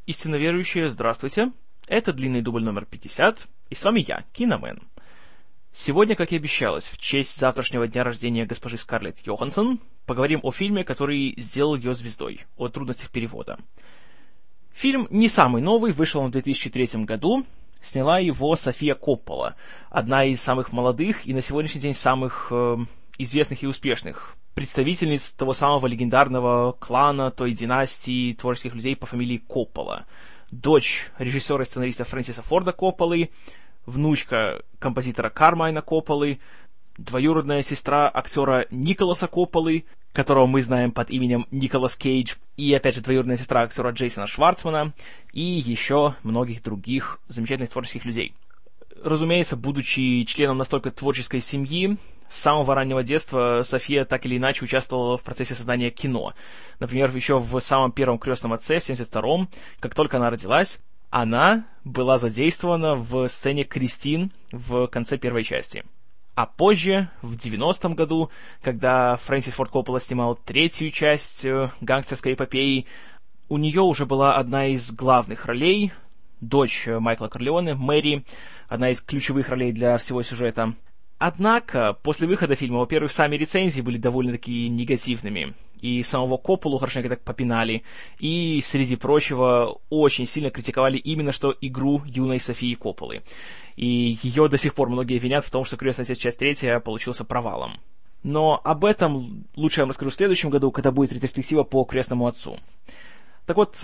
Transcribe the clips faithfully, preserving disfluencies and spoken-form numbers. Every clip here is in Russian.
Истинно верующие, здравствуйте. Это длинный дубль номер пятьдесят, и с вами я, Киномен. Сегодня, как и обещалось, в честь завтрашнего дня рождения госпожи Скарлетт Йоханссон, поговорим о фильме, который сделал ее звездой, о трудностях перевода. Фильм не самый новый, вышел он в две тысячи третьем году, сняла его София Коппола, одна из самых молодых и на сегодняшний день самых э, известных и успешных представительниц того самого легендарного клана, той династии творческих людей по фамилии Коппола. Дочь режиссера и сценариста Фрэнсиса Форда Копполы, внучка композитора Кармайна Копполы, двоюродная сестра актера Николаса Копполы, которого мы знаем под именем Николас Кейдж, и, опять же, двоюродная сестра актера Джейсона Шварцмана, и еще многих других замечательных творческих людей. Разумеется, будучи членом настолько творческой семьи, с самого раннего детства София так или иначе участвовала в процессе создания кино. Например, еще в самом первом «Крестном отце» в семьдесят втором, как только она родилась, она была задействована в сцене Кристин в конце первой части. А позже, в девяностом году, когда Фрэнсис Форд Коппола снимал третью часть гангстерской эпопеи, у нее уже была одна из главных ролей, дочь Майкла Корлеоне, Мэри, одна из ключевых ролей для всего сюжета. Однако, после выхода фильма, во-первых, сами рецензии были довольно-таки негативными, и самого Копполу хорошенько так попинали, и, среди прочего, очень сильно критиковали именно что игру юной Софии Копполы. И ее до сих пор многие винят в том, что «Крестный отец. Часть третья» получился провалом. Но об этом лучше я вам расскажу в следующем году, когда будет ретроспектива по «Крестному отцу». Так вот,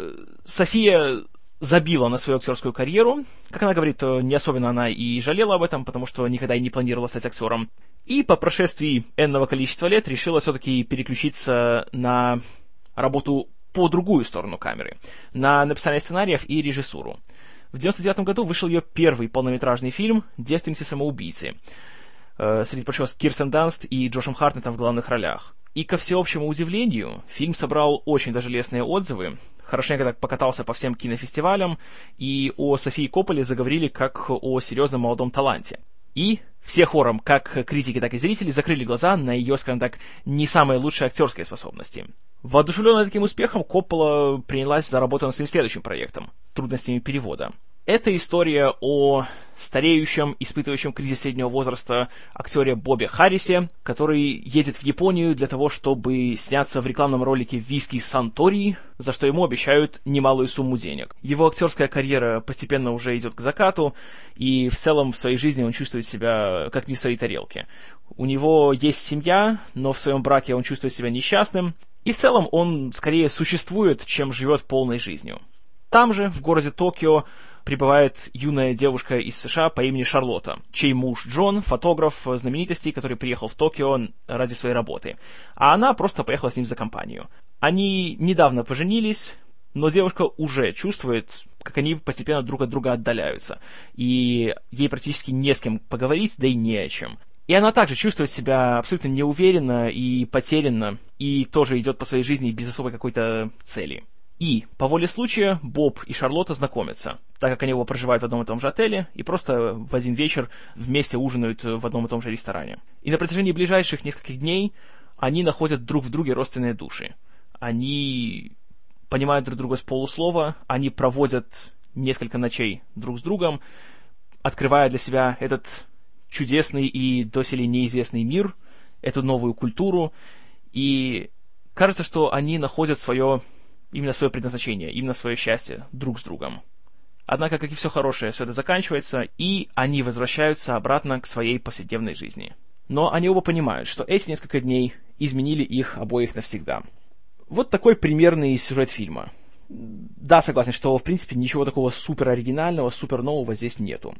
София забила на свою актерскую карьеру. Как она говорит, то не особенно она и жалела об этом, потому что никогда и не планировала стать актером. И по прошествии энного количества лет решила все-таки переключиться на работу по другую сторону камеры, на написание сценариев и режиссуру. В девяносто девятом году вышел ее первый полнометражный фильм «Девственницы-самоубийцы», э, среди прочего с Кирстен Данст и Джошем Хартнеттом в главных ролях. И, ко всеобщему удивлению, фильм собрал очень даже лестные отзывы, хорошенько так покатался по всем кинофестивалям, и о Софии Копполе заговорили как о серьезном молодом таланте. И все хором, как критики, так и зрители, закрыли глаза на ее, скажем так, не самые лучшие актерские способности. Воодушевленная таким успехом, Коппола принялась за работу над своим следующим проектом — «Трудностями перевода». Это история о стареющем, испытывающем кризис среднего возраста актере Бобби Харрисе, который едет в Японию для того, чтобы сняться в рекламном ролике виски Сантори, за что ему обещают немалую сумму денег. Его актерская карьера постепенно уже идет к закату, и в целом в своей жизни он чувствует себя как не в своей тарелке. У него есть семья, но в своем браке он чувствует себя несчастным, и в целом он скорее существует, чем живет полной жизнью. Там же, в городе Токио, прибывает юная девушка из США по имени Шарлотта, чей муж Джон — фотограф знаменитостей, который приехал в Токио ради своей работы, а она просто поехала с ним за компанию. Они недавно поженились, но девушка уже чувствует, как они постепенно друг от друга отдаляются, и ей практически не с кем поговорить, да и не о чем. И она также чувствует себя абсолютно неуверенно и потерянно, и тоже идет по своей жизни без особой какой-то цели. И, по воле случая, Боб и Шарлотта знакомятся, так как они оба проживают в одном и том же отеле и просто в один вечер вместе ужинают в одном и том же ресторане. И на протяжении ближайших нескольких дней они находят друг в друге родственные души. Они понимают друг друга с полуслова, они проводят несколько ночей друг с другом, открывая для себя этот чудесный и доселе неизвестный мир, эту новую культуру, и кажется, что они находят свое... именно свое предназначение, именно свое счастье друг с другом. Однако, как и все хорошее, все это заканчивается, и они возвращаются обратно к своей повседневной жизни. Но они оба понимают, что эти несколько дней изменили их обоих навсегда. Вот такой примерный сюжет фильма. Да, согласен, что, в принципе, ничего такого супер оригинального, супер нового здесь нету.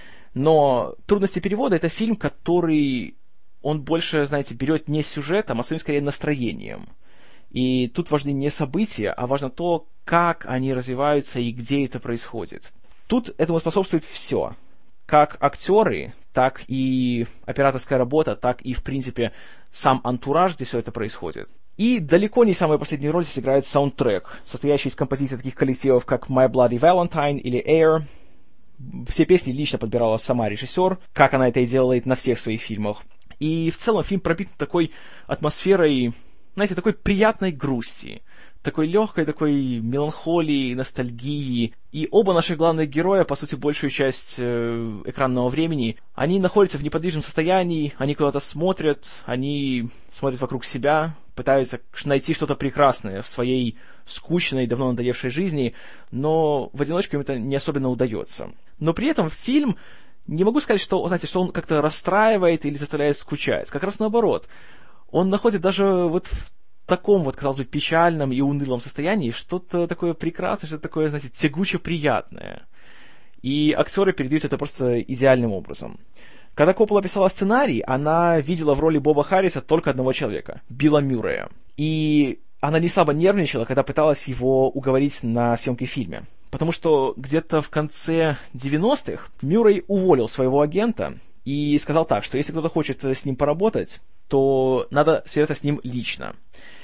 Но «Трудности перевода» — это фильм, который, он больше, знаете, берет не сюжетом, а своим, скорее, настроением. И тут важны не события, а важно то, как они развиваются и где это происходит. Тут этому способствует все. Как актеры, так и операторская работа, так и, в принципе, сам антураж, где все это происходит. И далеко не самую последнюю роль здесь играет саундтрек, состоящий из композиций таких коллективов, как My Bloody Valentine или Air. Все песни лично подбирала сама режиссер, как она это и делает на всех своих фильмах. И в целом фильм пропитан такой атмосферой, знаете, такой приятной грусти, такой легкой, такой меланхолии, ностальгии. И оба наших главных героя, по сути, большую часть э, экранного времени, они находятся в неподвижном состоянии, они куда-то смотрят, они смотрят вокруг себя, пытаются найти что-то прекрасное в своей скучной, давно надоевшей жизни, но в одиночку им это не особенно удается. Но при этом фильм, не могу сказать, что, знаете, что он как-то расстраивает или заставляет скучать. Как раз наоборот. Он находит даже вот в таком вот, казалось бы, печальном и унылом состоянии что-то такое прекрасное, что-то такое, знаете, тягуче приятное. И актеры передают это просто идеальным образом. Когда Коппола писала сценарий, она видела в роли Боба Харриса только одного человека — Билла Мюррея. И она не слабо нервничала, когда пыталась его уговорить на съемки в фильме. Потому что где-то в конце девяностых Мюррей уволил своего агента и сказал так, что если кто-то хочет с ним поработать, то надо связаться с ним лично.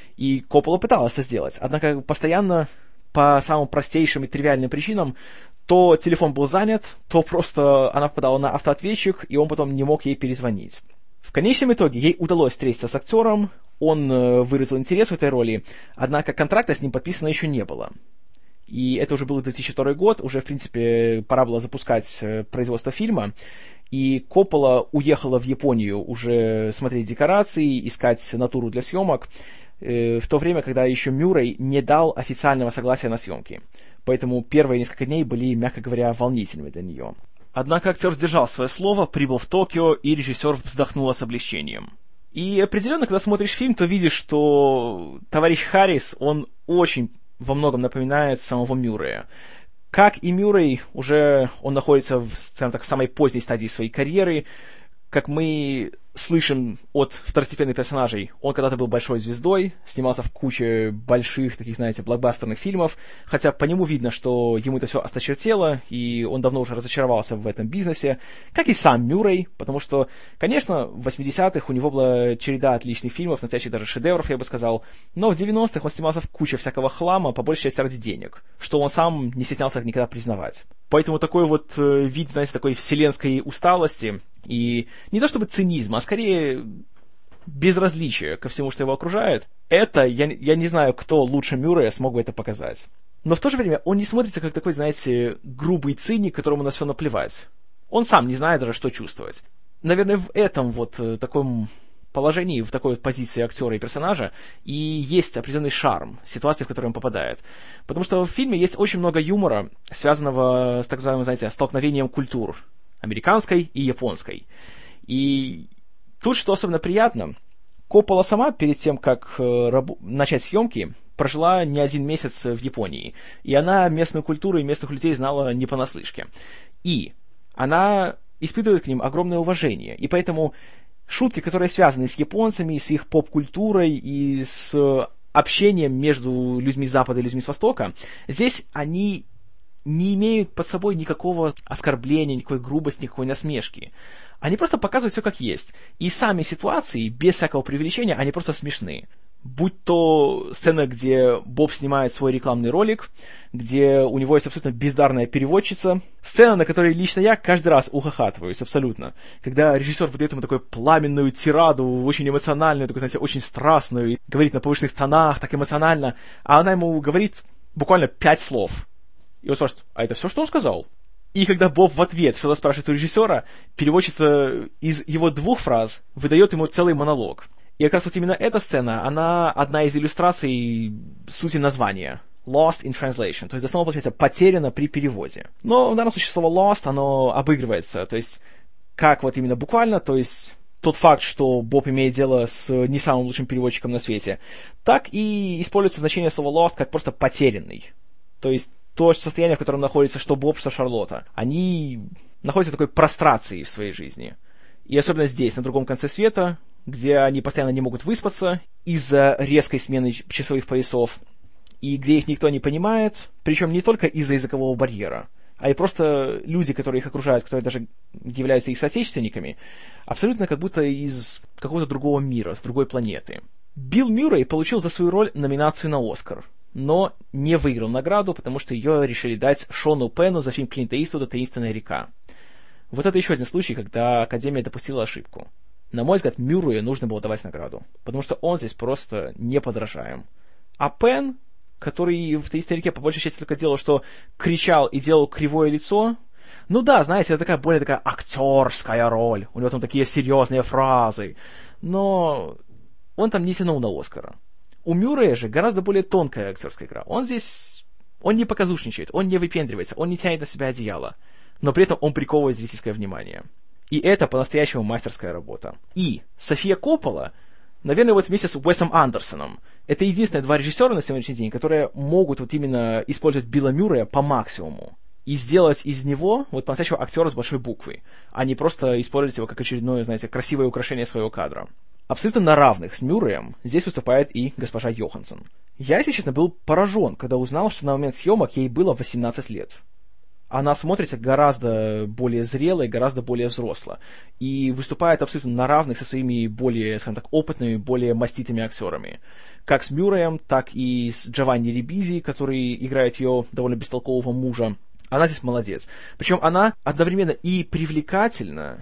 И Коппола пыталась это сделать, однако постоянно по самым простейшим и тривиальным причинам то телефон был занят, то просто она попадала на автоответчик, и он потом не мог ей перезвонить. В конечном итоге ей удалось встретиться с актером, он выразил интерес в этой роли, однако контракта с ним подписано еще не было. И это уже был две тысячи второй год, уже, в принципе, пора было запускать производство фильма, и Коппола уехала в Японию уже смотреть декорации, искать натуру для съемок, в то время, когда еще Мюррей не дал официального согласия на съемки. Поэтому первые несколько дней были, мягко говоря, волнительными для нее. Однако актер сдержал свое слово, прибыл в Токио, и режиссер вздохнула с облегчением. И определенно, когда смотришь фильм, то видишь, что товарищ Харрис, он очень во многом напоминает самого Мюррея. Как и Мюррей, уже он находится в, скажем так, в самой поздней стадии своей карьеры. Как мы слышим от второстепенных персонажей, он когда-то был большой звездой, снимался в куче больших, таких, знаете, блокбастерных фильмов, хотя по нему видно, что ему это все осточертело, и он давно уже разочаровался в этом бизнесе, как и сам Мюррей, потому что, конечно, в восьмидесятых у него была череда отличных фильмов, настоящих даже шедевров, я бы сказал, но в девяностых он снимался в куче всякого хлама, по большей части ради денег, что он сам не стеснялся никогда признавать. Поэтому такой вот вид, знаете, такой вселенской усталости, и не то чтобы цинизм, а скорее безразличие ко всему, что его окружает, это, я, я не знаю, кто лучше Мюррея смог бы это показать. Но в то же время он не смотрится как такой, знаете, грубый циник, которому на все наплевать. Он сам не знает даже, что чувствовать. Наверное, в этом вот таком положении, в такой вот позиции актера и персонажа и есть определенный шарм ситуации, в которую он попадает. Потому что в фильме есть очень много юмора, связанного с так называемым, знаете, столкновением культур. Американской и японской. И тут, что особенно приятно, Коппола сама перед тем, как э, раб- начать съемки, прожила не один месяц в Японии. И она местную культуру и местных людей знала не понаслышке. И она испытывает к ним огромное уважение. И поэтому шутки, которые связаны с японцами, с их поп-культурой и с общением между людьми с Запада и людьми с Востока, здесь они не имеют под собой никакого оскорбления, никакой грубости, никакой насмешки. Они просто показывают все как есть. И сами ситуации, без всякого преувеличения, они просто смешны. Будь то сцена, где Боб снимает свой рекламный ролик, где у него есть абсолютно бездарная переводчица. Сцена, на которой лично я каждый раз ухахатываюсь, абсолютно. Когда режиссер выдает ему такую пламенную тираду, очень эмоциональную, такую, знаете, очень страстную, говорит на повышенных тонах, так эмоционально, а она ему говорит буквально пять слов. И он спрашивает, а это все, что он сказал? И когда Боб в ответ что-то спрашивает у режиссера, переводчица из его двух фраз выдает ему целый монолог. И как раз вот именно эта сцена, она одна из иллюстраций сути названия. Lost in translation. То есть, дословно, получается, потеряно при переводе. Но в данном случае слово lost, оно обыгрывается. То есть, как вот именно буквально, то есть тот факт, что Боб имеет дело с не самым лучшим переводчиком на свете, так и используется значение слова lost как просто потерянный. То есть, то состояние, в котором находится что Боб, что Шарлотта, они находятся в такой прострации в своей жизни. И особенно здесь, на другом конце света, где они постоянно не могут выспаться из-за резкой смены часовых поясов, и где их никто не понимает, причем не только из-за языкового барьера, а и просто люди, которые их окружают, которые даже являются их соотечественниками, абсолютно как будто из какого-то другого мира, с другой планеты. Билл Мюррей получил за свою роль номинацию на Оскар, но не выиграл награду, потому что ее решили дать Шону Пенну за фильм Клинта Иствуда «Таинственная река». Вот это еще один случай, когда Академия допустила ошибку. На мой взгляд, Мюррею нужно было давать награду, потому что он здесь просто неподражаем. А Пенн, который в «Таинственной реке» по большей части только делал, что кричал и делал кривое лицо. Ну да, знаете, это такая более такая актерская роль. У него там такие серьезные фразы. Но он там не тянул на Оскара. У Мюррея же гораздо более тонкая актерская игра. Он здесь... Он не показушничает, он не выпендривается, он не тянет на себя одеяло. Но при этом он приковывает зрительское внимание. И это по-настоящему мастерская работа. И София Коппола, наверное, вот вместе с Уэсом Андерсоном, это единственные два режиссера на сегодняшний день, которые могут вот именно использовать Билла Мюррея по максимуму. И сделать из него вот по-настоящему актера с большой буквы, а не просто использовать его как очередное, знаете, красивое украшение своего кадра. Абсолютно на равных с Мюрреем здесь выступает и госпожа Йоханссон. Я, если честно, был поражен, когда узнал, что на момент съемок ей было восемнадцать лет. Она смотрится гораздо более зрелой, гораздо более взросло. И выступает абсолютно на равных со своими более, скажем так, опытными, более маститыми актерами. Как с Мюрреем, так и с Джованни Рибизи, который играет ее довольно бестолкового мужа. Она здесь молодец. Причем она одновременно и привлекательна,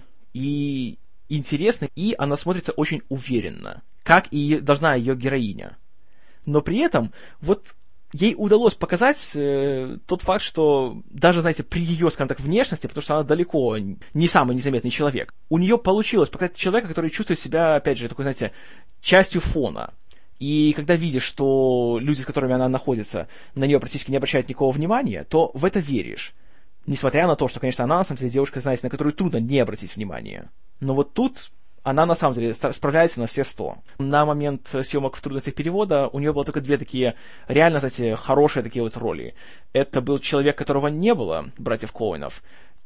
и интересна, и она смотрится очень уверенно, как и должна ее героиня. Но при этом вот ей удалось показать э, тот факт, что даже, знаете, при ее, скажем так, внешности, потому что она далеко не самый незаметный человек, у нее получилось показать человека, который чувствует себя, опять же, такой, знаете, частью фона. И когда видишь, что люди, с которыми она находится, на нее практически не обращают никакого внимания, то в это веришь. Несмотря на то, что, конечно, она, на самом деле, девушка, знаете, на которую трудно не обратить внимания. Но вот тут она, на самом деле, справляется на все сто. На момент съемок в «Трудностях перевода» у нее было только две такие, реально, знаете, хорошие такие вот роли. Это был «Человек, которого не было», братьев Коэнов,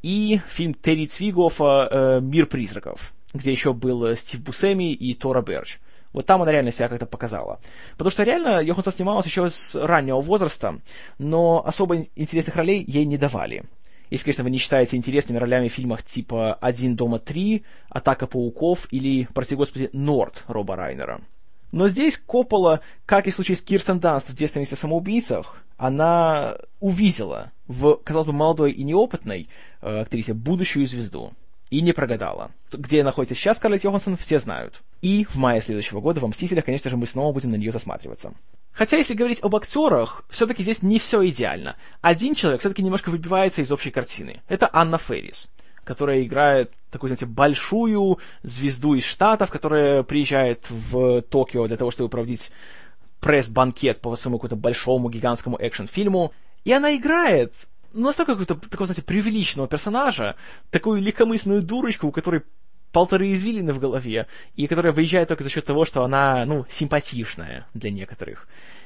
и фильм Терри Цвигофа э, «Мир призраков», где еще был Стив Бусцеми и Тора Берч. Вот там она реально себя как-то показала. Потому что реально Йоханссон снималась еще с раннего возраста, но особо интересных ролей ей не давали. Если, конечно, вы не считаете интересными ролями в фильмах типа «Один дома три», «Атака пауков» или, прости господи, «Норд» Роба Райнера. Но здесь Коппола, как и в случае с Кирстен Данст в «Девственнице самоубийцах», она увидела в, казалось бы, молодой и неопытной э, актрисе будущую звезду. И не прогадала. Где находится сейчас Скарлетт Йоханссон, все знают. И в мае следующего года во «Мстителях», конечно же, мы снова будем на нее засматриваться. Хотя, если говорить об актерах, все-таки здесь не все идеально. Один человек все-таки немножко выбивается из общей картины. Это Анна Фэрис, которая играет такую, знаете, большую звезду из Штатов, которая приезжает в Токио для того, чтобы проводить пресс-банкет по своему какому-то большому гигантскому экшн-фильму. И она играет... Ну, настолько какого-то такого, знаете, преувеличенного персонажа, такую легкомысленную дурочку, у которой полторы извилины в голове, и которая выезжает только за счет того, что она, ну, симпатичная для некоторых.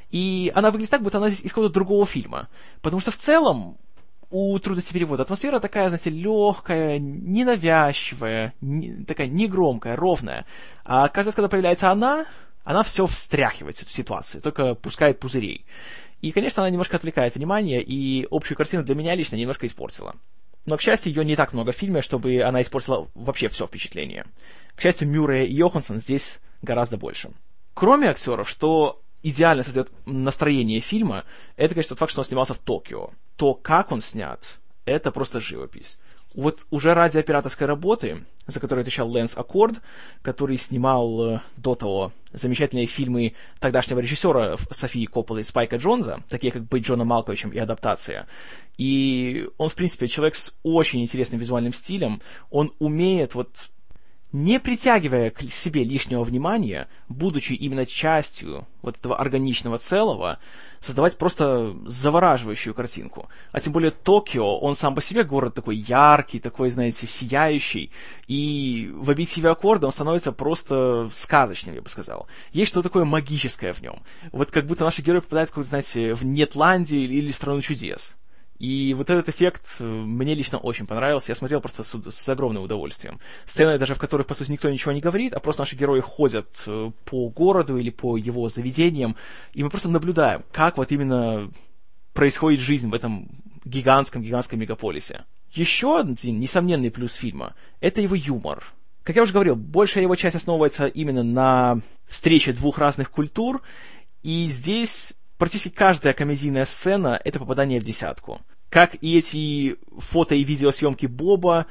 И она выглядит так, будто она здесь из какого-то другого фильма. Потому что в целом у «Трудностей перевода» атмосфера такая, знаете, легкая, ненавязчивая, не, такая негромкая, ровная. А каждый раз, когда появляется она, она все встряхивает, эту ситуацию, только пускает пузырей. И, конечно, она немножко отвлекает внимание, и общую картину для меня лично немножко испортила. Но, к счастью, ее не так много в фильме, чтобы она испортила вообще все впечатление. К счастью, Мюррея и Йоханссон здесь гораздо больше. Кроме актеров, что идеально создает настроение фильма, это, конечно, тот факт, что он снимался в Токио. То, как он снят, это просто живопись. Вот уже ради операторской работы, за которую отвечал Лэнс Аккорд, который снимал э, до того замечательные фильмы тогдашнего режиссера Софии Копполы и Спайка Джонса, такие как «Быть Джоном Малковичем» и «Адаптация». И он, в принципе, человек с очень интересным визуальным стилем. Он умеет, вот, не притягивая к себе лишнего внимания, будучи именно частью вот этого органичного целого, создавать просто завораживающую картинку. А тем более Токио, он сам по себе город такой яркий, такой, знаете, сияющий, и в объективе Аккорда он становится просто сказочным, я бы сказал. Есть что-то такое магическое в нем. Вот как будто наши герои попадают в какую-то, знаете, в Нетландию или в Страну чудес. И вот этот эффект мне лично очень понравился. Я смотрел просто с, с огромным удовольствием. Сцены, даже в которых, по сути, никто ничего не говорит, а просто наши герои ходят по городу или по его заведениям, и мы просто наблюдаем, как вот именно происходит жизнь в этом гигантском-гигантском мегаполисе. Еще один несомненный плюс фильма — это его юмор. Как я уже говорил, большая его часть основывается именно на встрече двух разных культур, и здесь... Практически каждая комедийная сцена — это попадание в десятку. Как и эти фото- и видеосъемки Боба,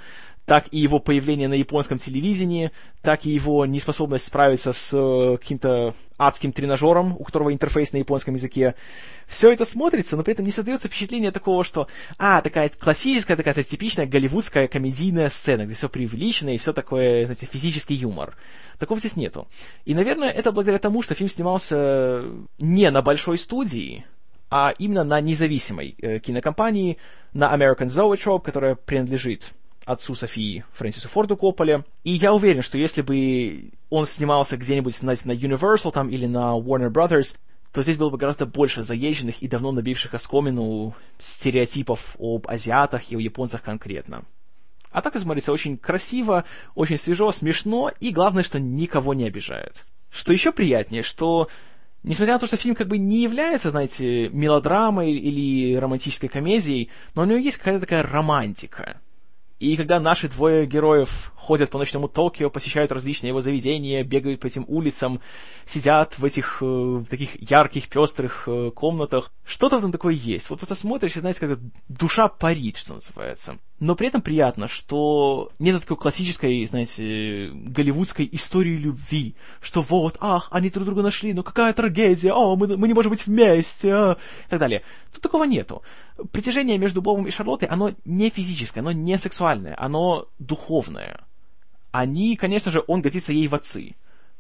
так и его появление на японском телевидении, так и его неспособность справиться с э, каким-то адским тренажером, у которого интерфейс на японском языке. Все это смотрится, но при этом не создается впечатление такого, что а, такая классическая, такая типичная голливудская комедийная сцена, где все преувеличено и все такое, знаете, физический юмор. Такого здесь нету. И, наверное, это благодаря тому, что фильм снимался не на большой студии, а именно на независимой э, кинокомпании, на American Zoetrope, которая принадлежит отцу Софии Фрэнсису Форду Копполе. И я уверен, что если бы он снимался где-нибудь, знаете, на Universal там, или на Warner Brothers, то здесь было бы гораздо больше заезженных и давно набивших оскомину стереотипов об азиатах и о японцах конкретно. А так, смотрится очень красиво, очень свежо, смешно, и главное, что никого не обижает. Что еще приятнее, что несмотря на то, что фильм как бы не является, знаете, мелодрамой или романтической комедией, но у него есть какая-то такая романтика. И когда наши двое героев ходят по ночному Токио, посещают различные его заведения, бегают по этим улицам, сидят в этих э, таких ярких, пестрых э, комнатах, что-то там такое есть. Вот просто смотришь и, знаете, как душа парит, что называется. Но при этом приятно, что нет такой классической, знаете, голливудской истории любви, что вот, ах, они друг друга нашли, ну какая трагедия, о, мы, мы не можем быть вместе, а, и так далее. Тут такого нету. Притяжение между Бобом и Шарлоттой, оно не физическое, оно не сексуальное, оно духовное. Они, конечно же, он годится ей в отцы,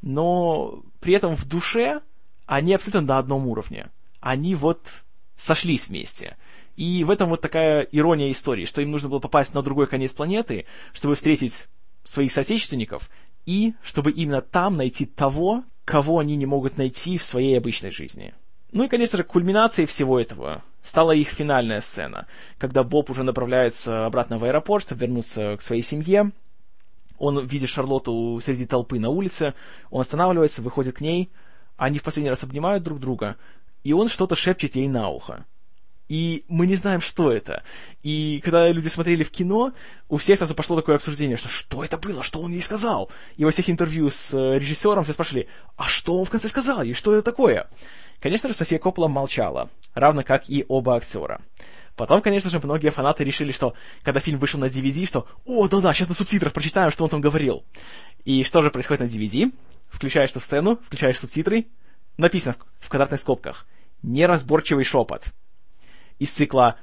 но при этом в душе они абсолютно на одном уровне. Они вот сошлись вместе. И в этом вот такая ирония истории, что им нужно было попасть на другой конец планеты, чтобы встретить своих соотечественников, и чтобы именно там найти того, кого они не могут найти в своей обычной жизни. Ну и, конечно же, кульминацией всего этого стала их финальная сцена, когда Боб уже направляется обратно в аэропорт, чтобы вернуться к своей семье. Он видит Шарлотту среди толпы на улице, он останавливается, выходит к ней, они в последний раз обнимают друг друга, и он что-то шепчет ей на ухо. И мы не знаем, что это. И когда люди смотрели в кино, у всех сразу пошло такое обсуждение, что что это было, что он ей сказал? И во всех интервью с режиссером все спрашивали, а что он в конце сказал, и что это такое? Конечно же, София Коппола молчала, равно как и оба актера. Потом, конечно же, многие фанаты решили, что когда фильм вышел на ди ви ди, что «О, да-да, сейчас на субтитрах прочитаем, что он там говорил». И что же происходит на ди ви ди? Включаешь эту сцену, включаешь субтитры, написано в квадратных скобках «Неразборчивый шепот». Из цикла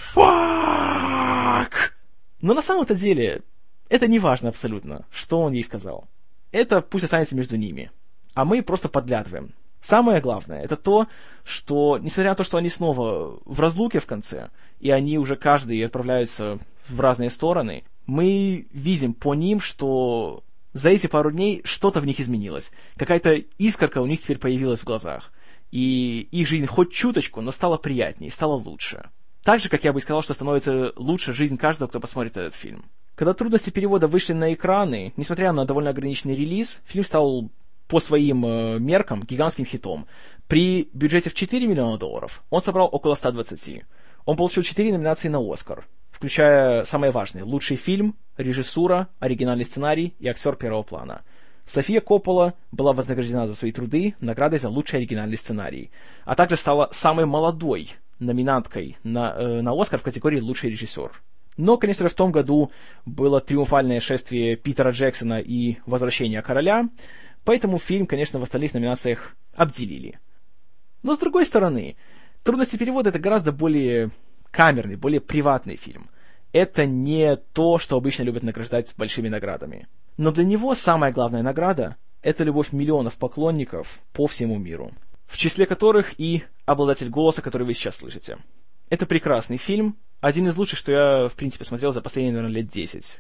«Фак!». Но на самом-то деле это не важно абсолютно, что он ей сказал. Это пусть останется между ними. А мы просто подглядываем. Самое главное, это то, что, несмотря на то, что они снова в разлуке в конце, и они уже каждый отправляются в разные стороны, мы видим по ним, что за эти пару дней что-то в них изменилось. Какая-то искорка у них теперь появилась в глазах. И их жизнь хоть чуточку, но стала приятнее, стала лучше. Так же, как я бы сказал, что становится лучше жизнь каждого, кто посмотрит этот фильм. Когда трудности перевода вышли на экраны, несмотря на довольно ограниченный релиз, фильм стал по своим э, меркам гигантским хитом. При бюджете в четыре миллиона долларов он собрал около ста двадцати. Он получил четыре номинации на «Оскар», включая самые важные: лучший фильм, режиссура, оригинальный сценарий и актер первого плана. София Коппола была вознаграждена за свои труды наградой за лучший оригинальный сценарий, а также стала самой молодой номинанткой на, э, на «Оскар» в категории «Лучший режиссер». Но, конечно же, в том году было триумфальное шествие Питера Джексона и «Возвращение короля», поэтому фильм, конечно, в остальных номинациях обделили. Но, с другой стороны, «Трудности перевода» — это гораздо более камерный, более приватный фильм. Это не то, что обычно любят награждать большими наградами. Но для него самая главная награда — это любовь миллионов поклонников по всему миру, в числе которых и обладатель голоса, который вы сейчас слышите. Это прекрасный фильм, один из лучших, что я, в принципе, смотрел за последние, наверное, лет десять.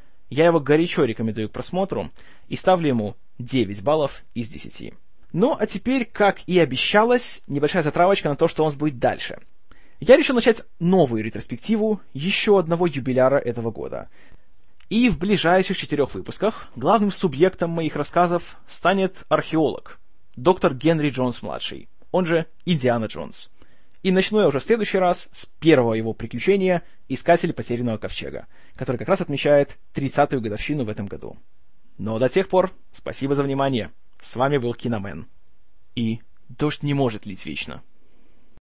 Я его горячо рекомендую к просмотру и ставлю ему девять баллов из десяти. Ну, а теперь, как и обещалось, небольшая затравочка на то, что у нас будет дальше. Я решил начать новую ретроспективу еще одного юбиляра этого года. И в ближайших четырех выпусках главным субъектом моих рассказов станет археолог, доктор Генри Джонс-младший, он же Индиана Джонс. И начну я уже в следующий раз с первого его приключения «Искатель потерянного ковчега», который как раз отмечает тридцатую годовщину в этом году. Но до тех пор спасибо за внимание. С вами был Киномен. И дождь не может лить вечно.